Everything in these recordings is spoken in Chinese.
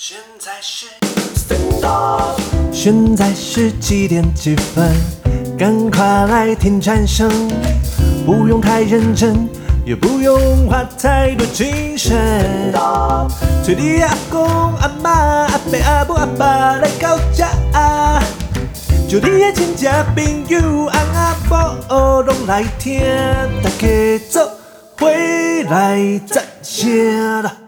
现在是几点几分？赶快来听蝉声，不用太认真，也不用花太多精神。催你阿公阿嬷阿伯阿母阿爸来到这，就你的亲戚朋友翁阿婆拢来听，大家做伙来赞声啦！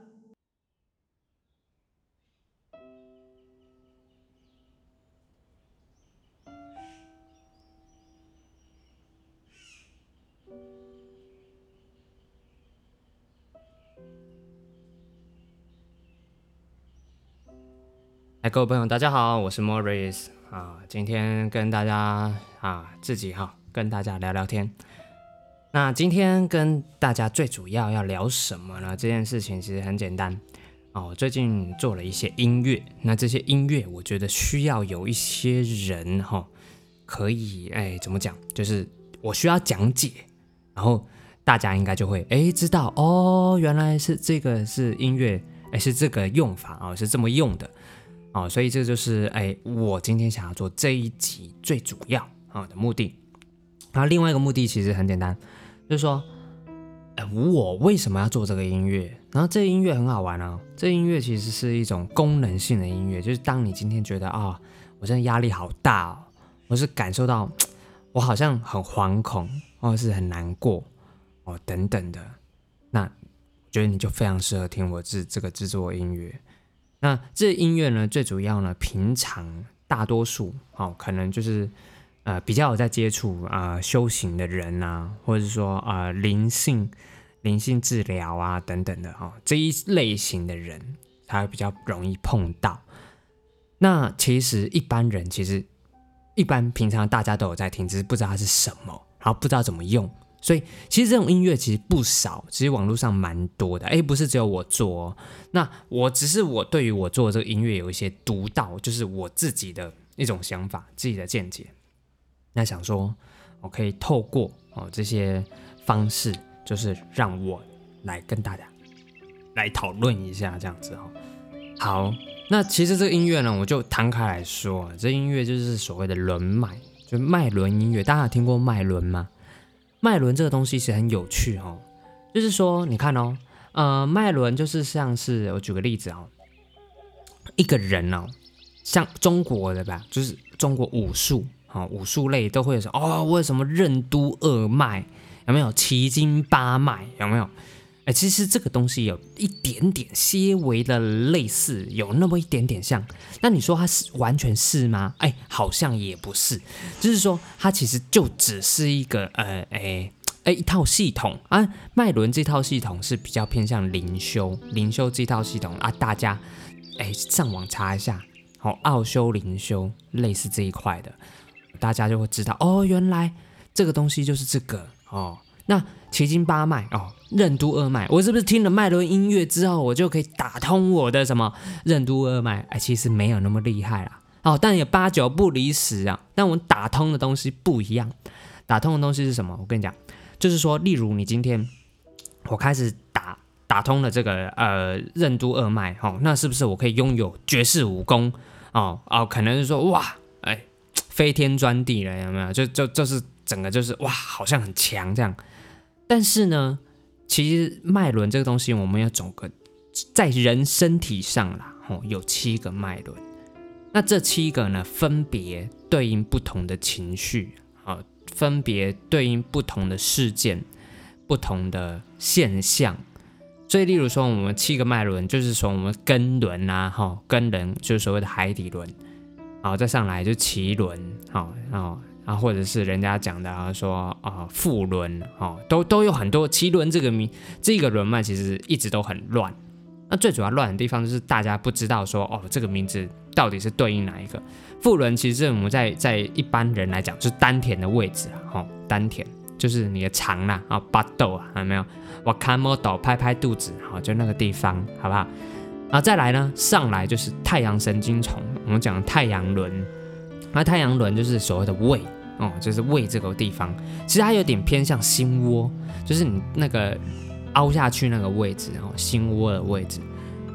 各位朋友，大家好，我是 Morris 今天跟大家跟大家聊聊天。那今天跟大家最主要聊什么呢？这件事情其实很简单我最近做了一些音乐，那这些音乐我觉得需要有一些人可以怎么讲，就是我需要讲解，然后大家应该就会知道原来是这个是音乐，是这个用法是这么用的。所以这就是我今天想要做这一集最主要的目的。然后另外一个目的其实很简单，就是说我为什么要做这个音乐？然后这个音乐很好玩这个音乐其实是一种功能性的音乐，就是当你今天觉得我真的压力好大我是感受到我好像很惶恐或是很难过等等的，那我觉得你就非常适合听我这个制作音乐。那这音乐呢，最主要呢，平常大多数可能就是比较有在接触修行的人或者是说灵性治疗等等的这一类型的人才会比较容易碰到。那其实一般人平常大家都有在听，只是不知道它是什么，然后不知道怎么用。所以其实这种音乐其实不少，其实网络上蛮多的不是只有我做那我对于我做的这个音乐有一些独到，就是我自己的一种想法，自己的见解。那想说我可以透过这些方式，就是让我来跟大家来讨论一下这样子好，那其实这个音乐呢，我就摊开来说这音乐就是所谓的轮脉，就脉轮音乐。大家有听过脉轮吗？脉轮这个东西其实很有趣就是说你看脉轮就是像是我举个例子一个人像中国的吧，就是中国武术武术类都会有说为什么任督二脉，有没有奇经八脉，有没有其实这个东西有一点点些微的类似，有那么一点点像。那你说它是完全是吗？好像也不是，就是说它其实就只是一个一套系统脉轮这套系统是比较偏向灵修这套系统大家上网查一下奥修灵修类似这一块的，大家就会知道原来这个东西就是这个那奇经八脉任督二脉，我是不是听了脉轮音乐之后，我就可以打通我的什么任督二脉？其实没有那么厉害啦但也八九不离十但我们打通的东西不一样。打通的东西是什么？我跟你讲，就是说，例如你今天我开始打通了这个任督二脉那是不是我可以拥有绝世武功可能是说哇飞天钻地了，有没有？就是整个就是哇，好像很强这样。但是呢，其实脉轮这个东西，我们要总个在人身体上有7个脉轮。那这7个呢，分别对应不同的情绪分别对应不同的事件、不同的现象。所以，例如说，我们7个脉轮就是从我们根轮根轮就是所谓的海底轮，再上来就脐轮或者是人家讲的说腹轮都有很多。脐轮这个轮脉其实一直都很乱。那最主要乱的地方就是大家不知道说这个名字到底是对应哪一个。腹轮其实我们在一般人来讲就是丹田的位置丹田就是你的肠巴豆有没有？我看摸斗拍拍肚子就那个地方，好不好？然后再来呢，上来就是太阳神经丛，我们讲太阳轮。那太阳轮就是所谓的胃就是胃这个地方，其实它有点偏向心窝，就是你那个凹下去那个位置心窝的位置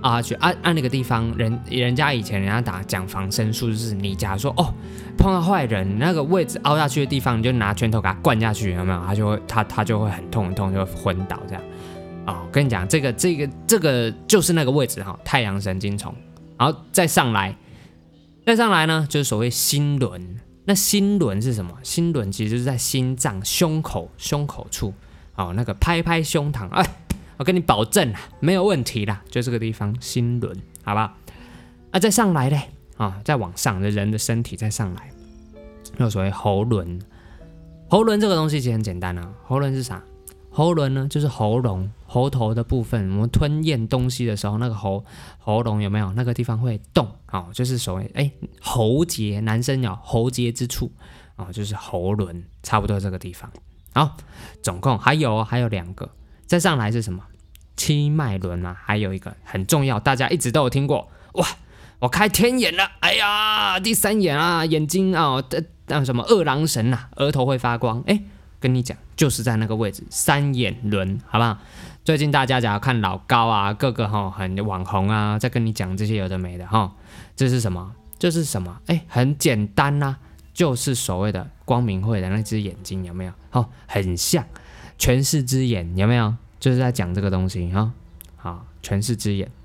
凹下去，按那个地方人家以前人家讲防身术，就是你假如说碰到坏人那个位置凹下去的地方，你就拿拳头给他灌下去，有没有？他就会很痛很痛，就会昏倒这样。跟你讲，这个就是那个位置哈，太阳神经丛。然后再上来呢，就是所谓心轮。那心轮是什么？心轮其实就是在心脏胸口处，那个拍拍胸膛，我跟你保证没有问题啦，就这个地方心轮，好不好？再上来嘞，再往上的人的身体再上来，有所谓喉轮。喉轮这个东西其实很简单啊，喉轮是啥？喉轮呢，就是喉咙、喉头的部分。我们吞咽东西的时候，那个喉咙有没有那个地方会动？就是所谓喉结，男生有喉结之处，就是喉轮，差不多这个地方。好，总共还有2个，再上来是什么？七脉轮嘛，还有一个很重要，大家一直都有听过。哇，我开天眼了，哎呀，第3眼啊，眼睛什么二郎神啊，额头会发光，跟你讲，就是在那个位置，3眼轮，好不好？最近大家只要看老高啊，各个很网红啊，在跟你讲这些有的没的这是什么？就是什么？很简单啊，就是所谓的光明会的那只眼睛，有没有？很像权势之眼，有没有？就是在讲这个东西好，权势之眼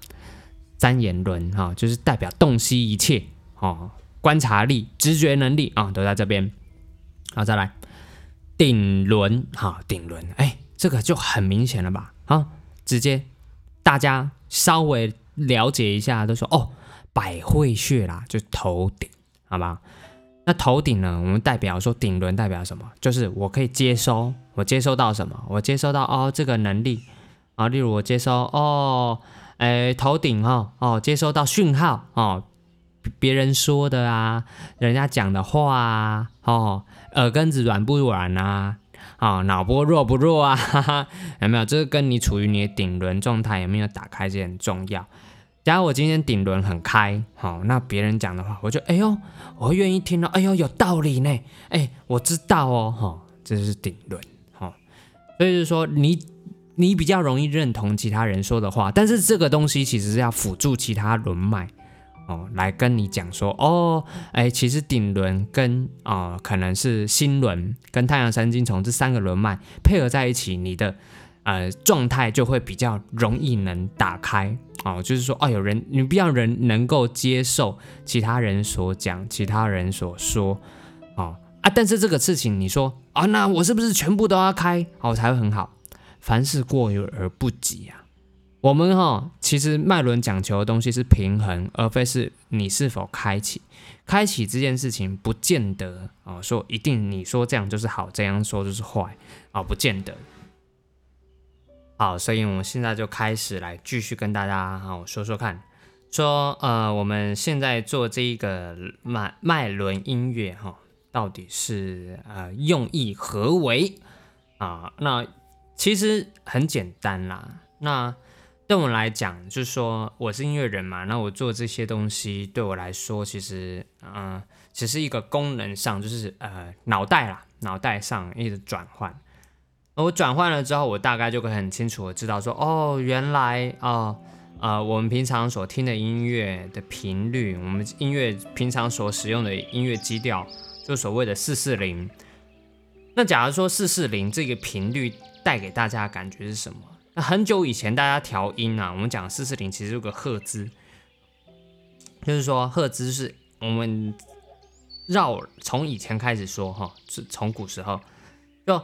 ，3眼轮就是代表洞悉一切观察力、直觉能力都在这边。好，再来。顶轮，顶轮，这个就很明显了吧？直接大家稍微了解一下，都说百会穴啦，就是头顶，好吧？那头顶呢，我们代表说顶轮代表什么？就是我可以接收，我接收到什么？我接收到这个能力例如我接收头顶接收到讯号别人说的啊，人家讲的话啊，耳根子软不软啊，脑波弱不弱啊，哈哈，有没有？这个跟你处于你的顶轮状态有没有打开，这很重要。假如我今天顶轮很开，那别人讲的话，我就我会愿意听到，有道理呢，我知道这是顶轮，所以就是说你比较容易认同其他人说的话，但是这个东西其实是要辅助其他轮脉。来跟你讲说其实顶轮跟可能是心轮跟太阳神经丛这3个轮脉配合在一起，你的状态就会比较容易能打开就是说你比较能够接受其他人所讲、其他人所说但是这个事情你说那我是不是全部都要开才会很好？凡事过犹而不及啊。我们其实脉轮讲求的东西是平衡，而非是你是否开启。开启这件事情不见得说一定你说这样就是好，这样说就是坏不见得。好，所以我们现在就开始来继续跟大家说说看，我们现在做这一个脉轮音乐到底是用意何为那其实很简单啦。那对我来讲，就是说我是音乐人嘛，那我做这些东西对我来说，其实只是一个功能上，就是脑袋上一直转换。我转换了之后，我大概就会很清楚的知道说，原来我们平常所听的音乐的频率，我们音乐平常所使用的音乐基调，就所谓的440。那假如说440这个频率带给大家的感觉是什么？那很久以前大家调音我们讲440其实有个赫兹，就是说赫兹是我们从以前开始说从古时候就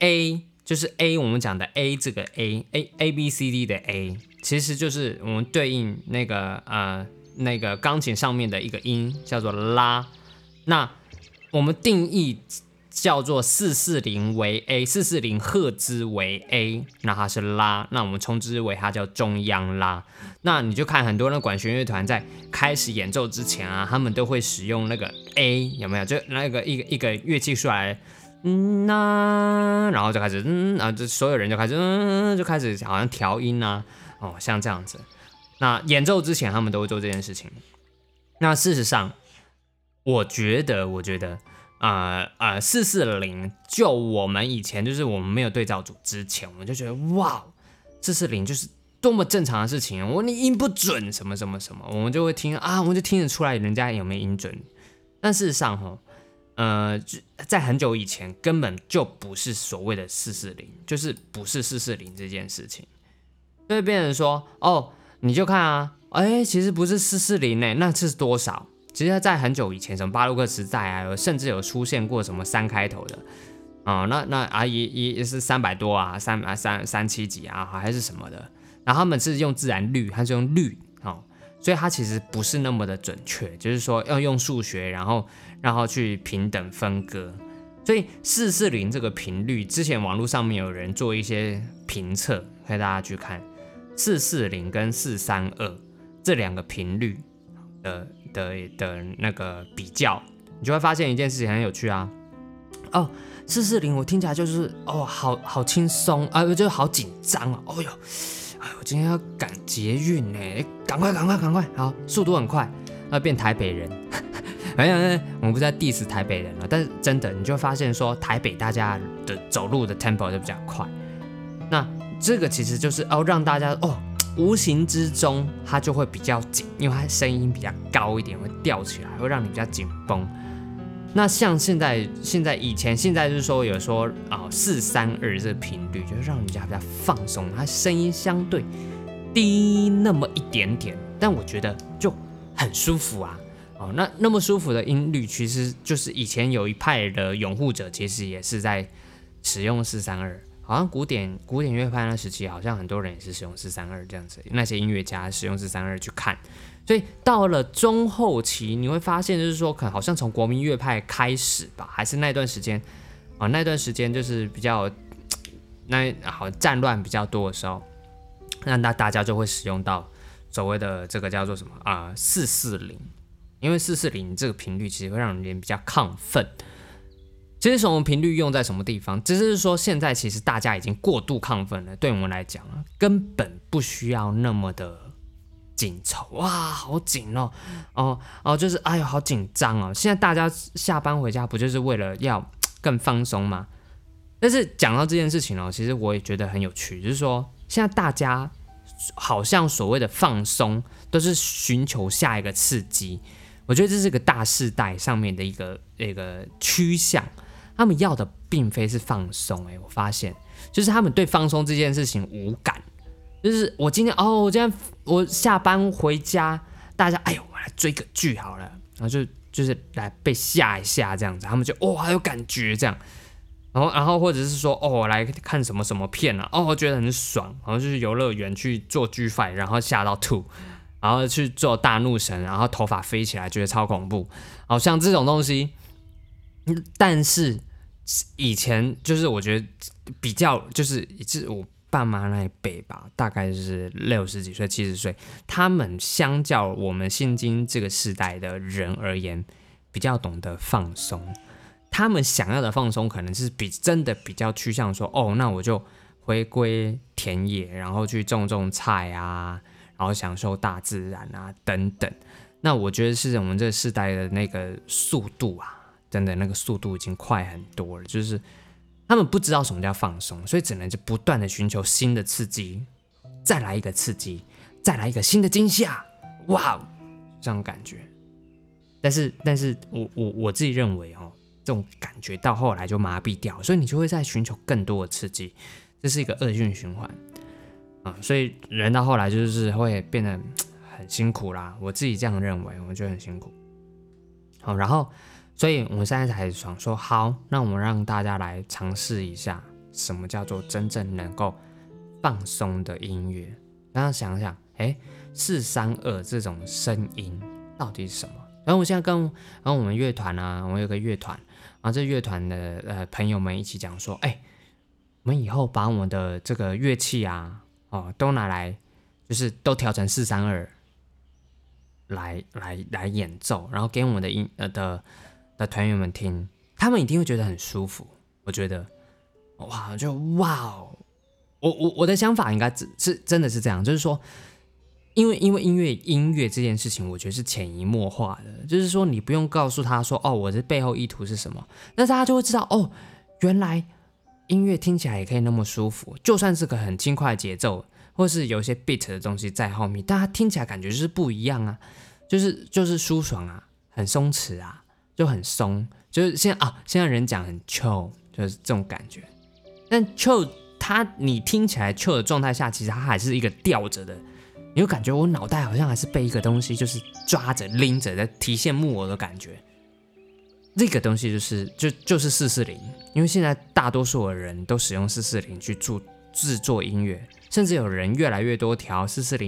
A 就是 A， 我们讲的 A 这个 A B C D 的 A， 其实就是我们对应那个钢琴上面的一个音叫做拉。那我们定义叫做440为 A，440赫兹为 A， 那它是拉，那我们称之为它叫中央拉。那你就看很多的管弦乐团在开始演奏之前他们都会使用那个 A， 有没有？就那个一个乐器出来，然后就开始然后就所有人就开始就开始好像调音像这样子。那演奏之前他们都会做这件事情。那事实上，我觉得440，就我们以前就是我们没有对照组之前，我们就觉得哇，440就是多么正常的事情，你音不准什么什么什么，我们就会听啊，我们就听得出来人家有没有音准。但事实上在很久以前根本就不是所谓的440，就是不是440这件事情，就会变成说你就看啊，其实不是440呢，那是多少？其实在很久以前，什么巴洛克时代啊，甚至有出现过什么3开头的那也是300多啊，370几啊，还是什么的。然后他们是用自然律，它是用律所以它其实不是那么的准确，就是说要用数学，然后去平等分割。所以440这个频率，之前网络上面有人做一些评测，可以大家去看440跟432这2个频率的那个比较，你就会发现一件事情很有趣啊。440我听起来就是好轻松啊，就是好紧张啊，我今天要赶捷运呢，赶快，好，速度很快，变台北人。反正我们不是在 diss 台北人了，但是真的你就会发现说，台北大家的走路的 tempo 就比较快。那这个其实就是让大家无形之中它就会比较紧，因为它声音比较高一点，会吊起来，会让你比较紧绷。那像现在就是说有说432这个频率，就是让人家比较放松，它声音相对低那么一点点，但我觉得就很舒服啊。那么舒服的音律，其实就是以前有一派的拥护者，其实也是在使用432。好像古典乐派那时期，好像很多人也是使用432这样子，那些音乐家使用432去看。所以到了中后期，你会发现就是说，可能好像从国民乐派开始吧，还是那段时间就是比较战乱比较多的时候，那大家就会使用到所谓的这个叫做什么440，因为440这个频率其实会让人比较亢奋。其实什么频率用在什么地方，只是说现在其实大家已经过度亢奋了，对我们来讲根本不需要那么的紧凑，哇，好紧就是好紧张哦。现在大家下班回家不就是为了要更放松吗？但是讲到这件事情其实我也觉得很有趣，就是说现在大家好像所谓的放松都是寻求下一个刺激，我觉得这是个大世代上面的一个趋向。他们要的并非是放松，我发现就是他们对放松这件事情无感，就是我今天我下班回家，大家我来追个剧好了，然后就是来被吓一下这样子，他们就还有感觉这样，然后或者是说我来看什么什么片啊，我觉得很爽，然后就是游乐园去做 G5， 然后吓到吐，然后去做大怒神，然后头发飞起来，觉得超恐怖，好像这种东西。但是以前就是我觉得比较就是我爸妈那一辈吧，大概就是60几岁、70岁，他们相较我们现今这个世代的人而言，比较懂得放松。他们想要的放松，可能是真的比较趋向说，那我就回归田野，然后去种菜啊，然后享受大自然啊等等。那我觉得是我们这个世代的那个速度啊。真的那个速度已经快很多了，就是他们不知道什么叫放松，所以只能就不断的寻求新的刺激，再来一个刺激，再来一个新的惊吓，哇，这种感觉。但是我自己认为这种感觉到后来就麻痹掉，所以你就会再寻求更多的刺激，这是一个恶性循环所以人到后来就是会变得很辛苦啦，我自己这样认为，我觉得很辛苦。好，然后。所以我们现在才想说，好，那我们让大家来尝试一下，什么叫做真正能够放松的音乐。然后想想，432这种声音到底是什么？然后我现在跟我们乐团啊，我有个乐团，然后这乐团的朋友们一起讲说，我们以后把我们的这个乐器啊，都拿来，就是都调成432来演奏，然后给我们的团员们听，他们一定会觉得很舒服。我觉得，我的想法应该是真的是这样，就是说，因为音乐这件事情，我觉得是潜移默化的，就是说你不用告诉他说，我的背后意图是什么，但是他就会知道，原来音乐听起来也可以那么舒服，就算是个很轻快的节奏， 或是有一些 beat 的东西在后面，但它听起来感觉就是不一样啊，就是舒爽啊，很松弛啊，就很松，就是现在人讲很 chill， 就是这种感觉。但 chill 你听起来 chill 的状态下，其实它还是一个吊着的，你会感觉我脑袋好像还是被一个东西就是抓着拎着在提线木偶的感觉。这个东西就是440，因为现在大多数的人都使用440去制作音乐，甚至有人越来越多调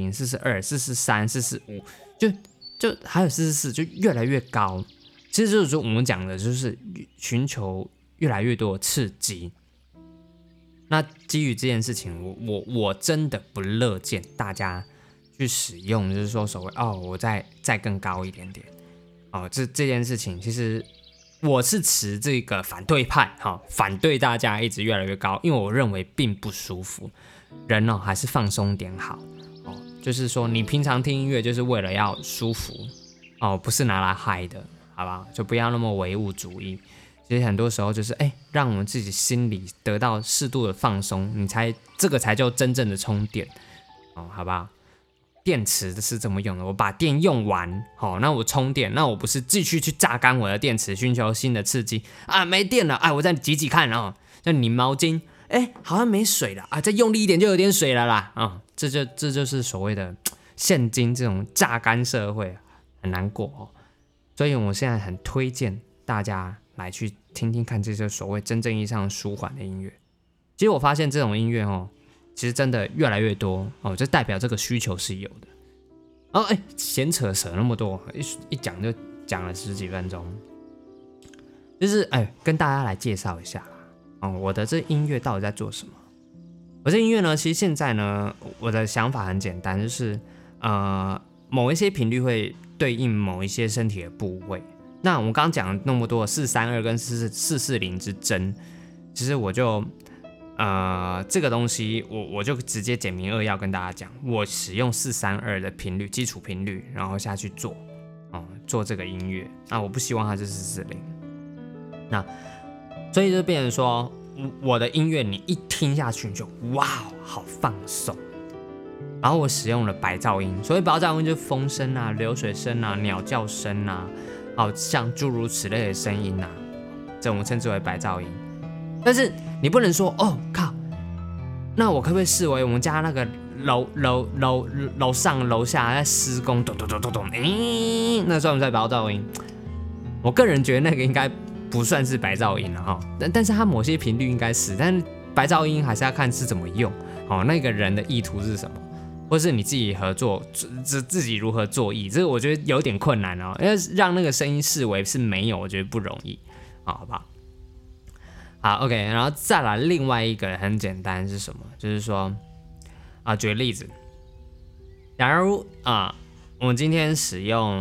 440、442、443、445，就还有444，就越来越高。其实就是说我们讲的就是寻求越来越多的刺激。那基于这件事情，我真的不乐见大家去使用，就是说所谓我再更高一点点这件事情，其实我是持这个反对派反对大家一直越来越高，因为我认为并不舒服，人还是放松点好就是说你平常听音乐就是为了要舒服不是拿来嗨的，好吧？就不要那么唯物主义。其实很多时候就是让我们自己心里得到适度的放松，这个才叫真正的充电好吧？电池是怎么用的？我把电用完那我充电，那我不是继续去榨干我的电池，寻求新的刺激没电了我再挤看再拧毛巾好像没水了再用力一点就有点水了啦这就是所谓的现今这种榨干社会，很难过所以我现在很推荐大家来去听听看这些所谓真正意义上舒缓的音乐。其实我发现这种音乐其实真的越来越多这代表这个需求是有的闲扯那么多，一讲就讲了10几分钟，就是跟大家来介绍一下我的这音乐到底在做什么。我这音乐呢，其实现在呢，我的想法很简单，就是某一些频率会对应某一些身体的部位。那我们刚刚讲了那么多432跟440之争，其实我就这个东西我就直接简明扼要跟大家讲，我使用432的频率基础频率，然后下去做这个音乐。那我不希望它是440，那所以就变成说我的音乐你一听下去你就哇好放松。然后我使用了白噪音，所谓白噪音就是风声啊、流水声啊、鸟叫声啊，像诸如此类的声音这我们称之为白噪音。但是你不能说靠，那我可不可以视为我们家那个楼上楼下在施工，咚咚咚咚咚，那算不算白噪音？我个人觉得那个应该不算是白噪音了但是它某些频率应该是，但是白噪音还是要看是怎么用那个人的意图是什么，或是你自己合作自己如何作意，这个我觉得有点困难因为让那个声音视为是没有，我觉得不容易好不好？好 OK， 然后再来另外一个很简单是什么？就是说举个例子，假如我们今天使用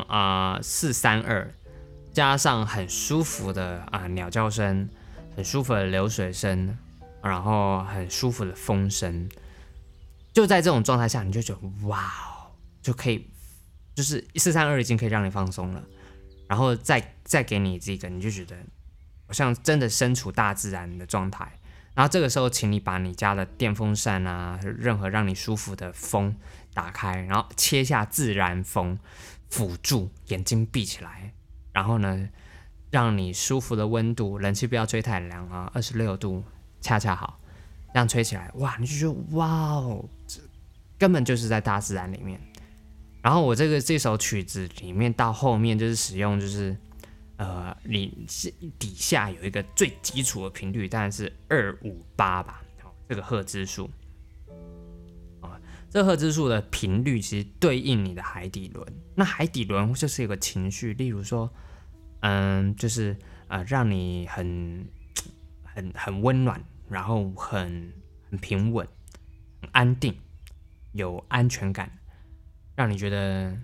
432加上很舒服的鸟叫声，很舒服的流水声，然后很舒服的风声，就在这种状态下，你就觉得哇就可以，就是432已经可以让你放松了，然后再给你这个，你就觉得好像真的身处大自然的状态。然后这个时候，请你把你家的电风扇任何让你舒服的风打开，然后切下自然风，辅助眼睛闭起来，然后呢，让你舒服的温度，冷气不要吹太凉26度恰恰好，这样吹起来，哇，你就觉得哇这根本就是在大自然里面。然后我这首曲子里面到后面就是使用你底下有一个最基础的频率，当然是258吧，这个赫兹数这个赫兹数的频率其实对应你的海底轮。那海底轮就是有个情绪，例如说，就是让你很温暖，然后很平稳、很安定、有安全感，让你觉得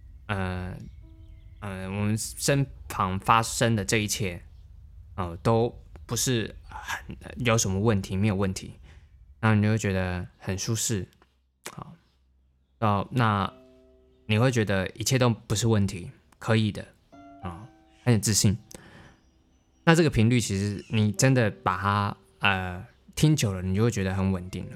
我们身旁发生的这一切都不是有什么问题，没有问题，然后你就会觉得很舒适，那你会觉得一切都不是问题，可以的很有自信。那这个频率其实你真的把它听久了，你就会觉得很稳定了。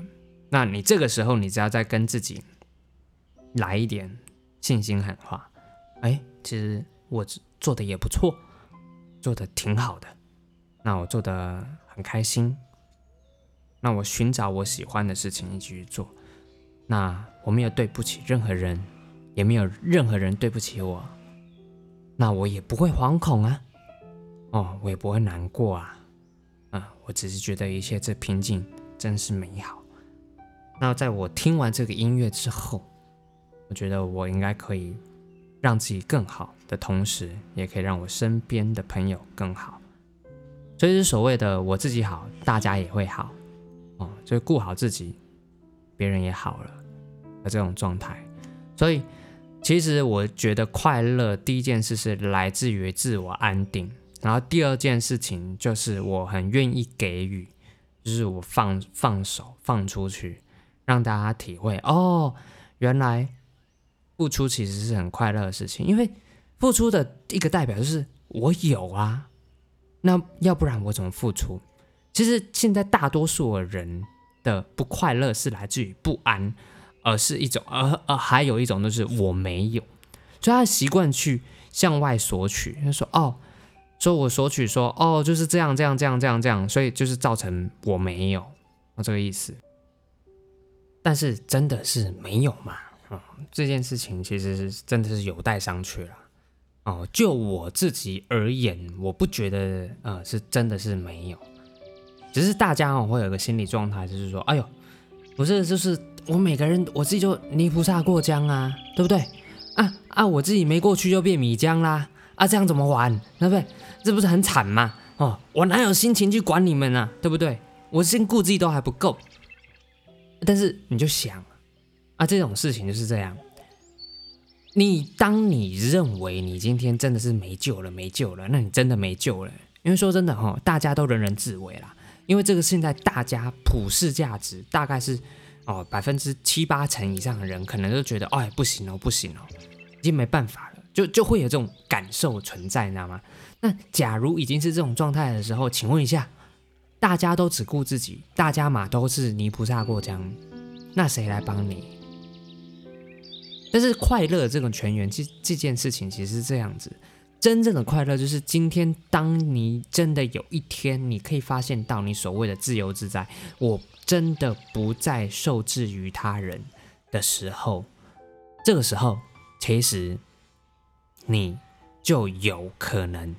那你这个时候，你只要再跟自己来一点信心喊话，其实我做的也不错，做的挺好的，那我做的很开心，那我寻找我喜欢的事情一起去做，那我没有对不起任何人，也没有任何人对不起我，那我也不会惶恐啊，我也不会难过啊，我只是觉得一切这平静真是美好。那在我听完这个音乐之后，我觉得我应该可以让自己更好的同时，也可以让我身边的朋友更好。所以是所谓的我自己好，大家也会好，就是顾好自己，别人也好了的这种状态。所以其实我觉得快乐第一件事是来自于自我安定，然后第二件事情就是我很愿意给予，就是我放手放出去，让大家体会原来付出其实是很快乐的事情，因为付出的一个代表就是我有啊，那要不然我怎么付出？其实现在大多数的人的不快乐是来自于不安，而是一种还有一种就是我没有，所以他习惯去向外索取，他说我索取说就是这样，所以就是造成我没有这个意思。但是真的是没有嘛？这件事情其实是真的是有待商榷啦。就我自己而言，我不觉得是真的是没有，只是大家会有一个心理状态，就是说，哎呦，不是，就是我每个人我自己就泥菩萨过江啊，对不对？我自己没过去就变米浆啦，这样怎么玩？对不对？这不是很惨吗？我哪有心情去管你们啊？对不对？我先顾自己都还不够。但是你就想这种事情就是这样，当你认为你今天真的是没救了，那你真的没救了。因为说真的大家都人人自危啦，因为这个现在大家普世价值大概是7-8成以上的人可能都觉得不行哦，已经没办法了，就会有这种感受存在，你知道吗？那假如已经是这种状态的时候，请问一下，大家都只顾自己，大家嘛都是泥菩萨过江，那谁来帮你？但是快乐这种泉源这件事情其实是这样子，真正的快乐就是今天当你真的有一天你可以发现到你所谓的自由自在，我真的不再受制于他人的时候，这个时候其实你就有可能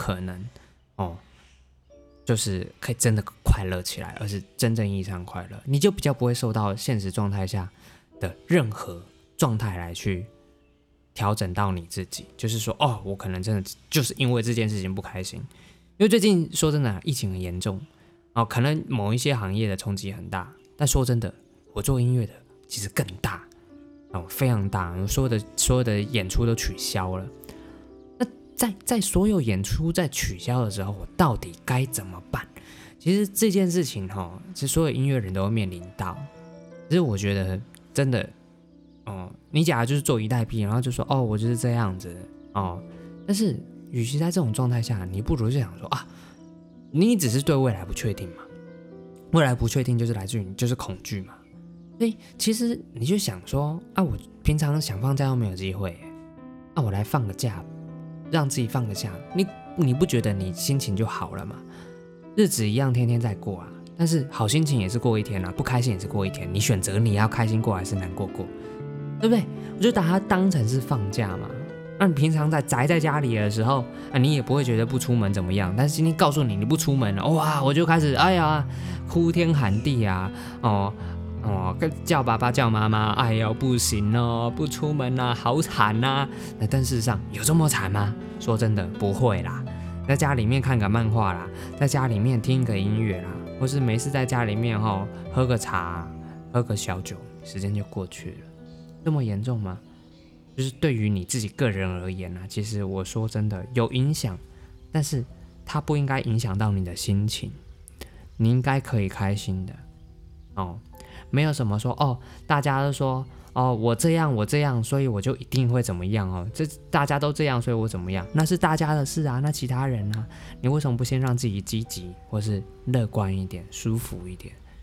就是可以真的快乐起来，而是真正意义上快乐，你就比较不会受到现实状态下的任何状态来去调整到你自己，就是说我可能真的就是因为这件事情不开心，因为最近说真的疫情很严重可能某一些行业的冲击很大，但说真的我做音乐的其实更大非常大，所有的演出都取消了。在所有演出在取消的时候，我到底该怎么办？其实这件事情其实所有音乐人都会面临到。其实我觉得真的你假如就是坐以待毙，然后就说我就是这样子但是与其在这种状态下，你不如就想说你只是对未来不确定嘛，未来不确定就是来自于就是恐惧嘛，所以其实你就想说我平常想放假都没有机会我来放个假，让自己放个假，你不觉得你心情就好了吗？日子一样天天在过但是好心情也是过一天不开心也是过一天，你选择你要开心过还是难过过，对不对？我就把它当成是放假嘛。那你平常宅在家里的时候你也不会觉得不出门怎么样，但是今天告诉你不出门了，哇，我就开始哭天喊地叫爸爸叫妈妈，哎呦不行不出门好惨但事实上有这么惨吗？说真的不会啦，在家里面看个漫画啦，在家里面听个音乐啦，或是没事在家里面喝个茶喝个小酒，时间就过去了。这么严重吗？就是对于你自己个人而言其实我说真的有影响，但是它不应该影响到你的心情，你应该可以开心的没有什么说大家都说我这样所以我就一定会怎么样这大家都这样所以我怎么样，那是大家的事那其他人你为什么不先让自己积极或是乐观一点舒服一点？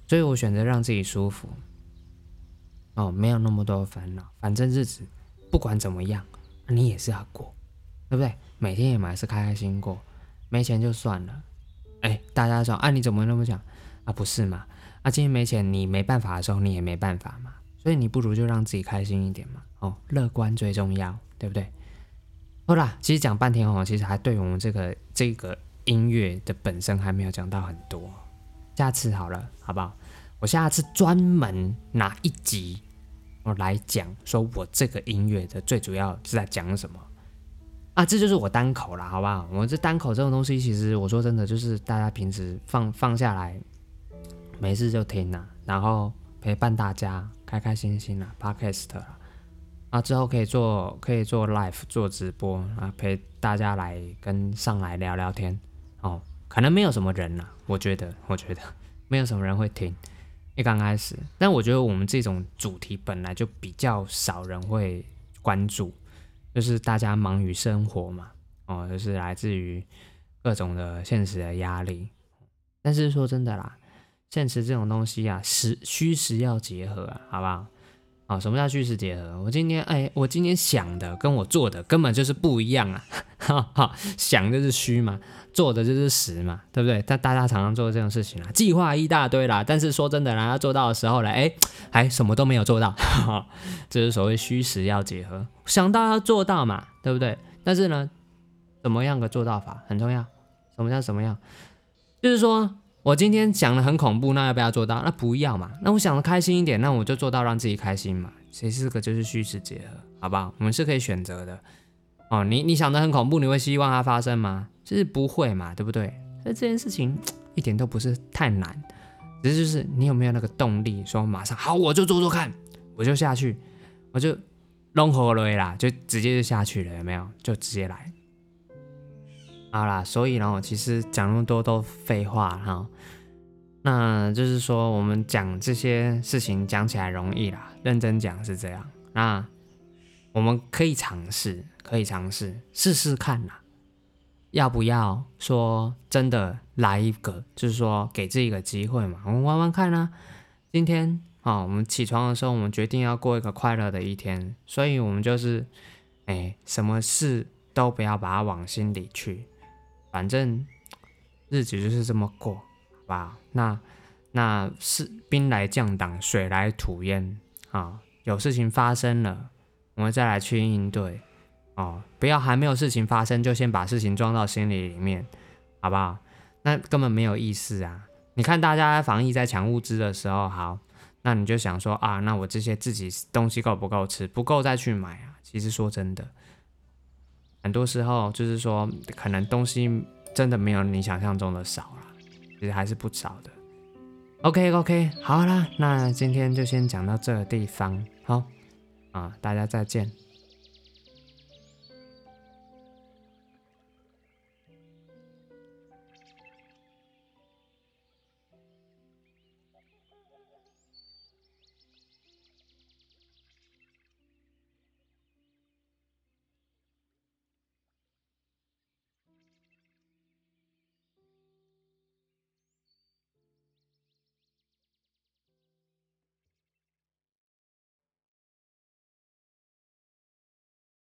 所以我选择让自己舒服。没有那么多烦恼，反正日子不管怎么样，你也是要过，对不对？每天也还是开开心过，没钱就算了。大家说你怎么那么讲不是嘛？今天没钱，你没办法的时候，你也没办法嘛。所以你不如就让自己开心一点嘛。乐观最重要，对不对？好啦，其实讲半天其实还对我们这个音乐的本身还没有讲到很多。下次好了，好不好？我下次专门拿一集我来讲，说我这个音乐的最主要是在讲什么这就是我单口啦，好不好？我这单口这种东西，其实我说真的，就是大家平时放下来，没事就听然后陪伴大家，开开心心Podcast 之后可以做 live 做直播陪大家上来聊聊天可能没有什么人我觉得没有什么人会听。刚开始，但我觉得我们这种主题本来就比较少人会关注，就是大家忙于生活嘛，就是来自于各种的现实的压力。但是说真的啦，现实这种东西虚实要结合好不好？什么叫虚实结合？我今天想的跟我做的根本就是不一样想就是虚嘛，做的就是实嘛，对不对？但大家常常做这种事情计划一大堆啦，但是说真的要做到的时候还什么都没有做到这是所谓虚实要结合，想到要做到嘛，对不对？但是呢，怎么样的做到法很重要。什么叫怎么样？就是说我今天想的很恐怖，那要不要做到？那不要嘛。那我想的开心一点，那我就做到让自己开心嘛。其实这个就是虚实结合，好不好？我们是可以选择的你想的很恐怖，你会希望它发生吗？就是不会嘛，对不对？所以这件事情一点都不是太难，只是就是你有没有那个动力，说马上好我就做做看，我就下去，我就弄好了啦，就直接就下去了，有没有？就直接来。好啦，所以其实讲那么多都废话那就是说我们讲这些事情讲起来容易啦，认真讲是这样。那我们可以尝试试试看要不要说真的来一个，就是说给自己一个机会嘛，我们玩玩看今天我们起床的时候，我们决定要过一个快乐的一天，所以我们就是什么事都不要把它往心里去，反正日子就是这么过，好不好？那是兵来将挡，水来土掩有事情发生了，我们再来去应对不要还没有事情发生就先把事情装到心里面，好不好？那根本没有意思你看大家防疫在抢物资的时候，好，那你就想说那我这些自己东西够不够吃？不够再去买其实说真的，很多时候就是说可能东西真的没有你想象中的少其实还是不少的。OK， 好啦，那今天就先讲到这个地方，好大家再见。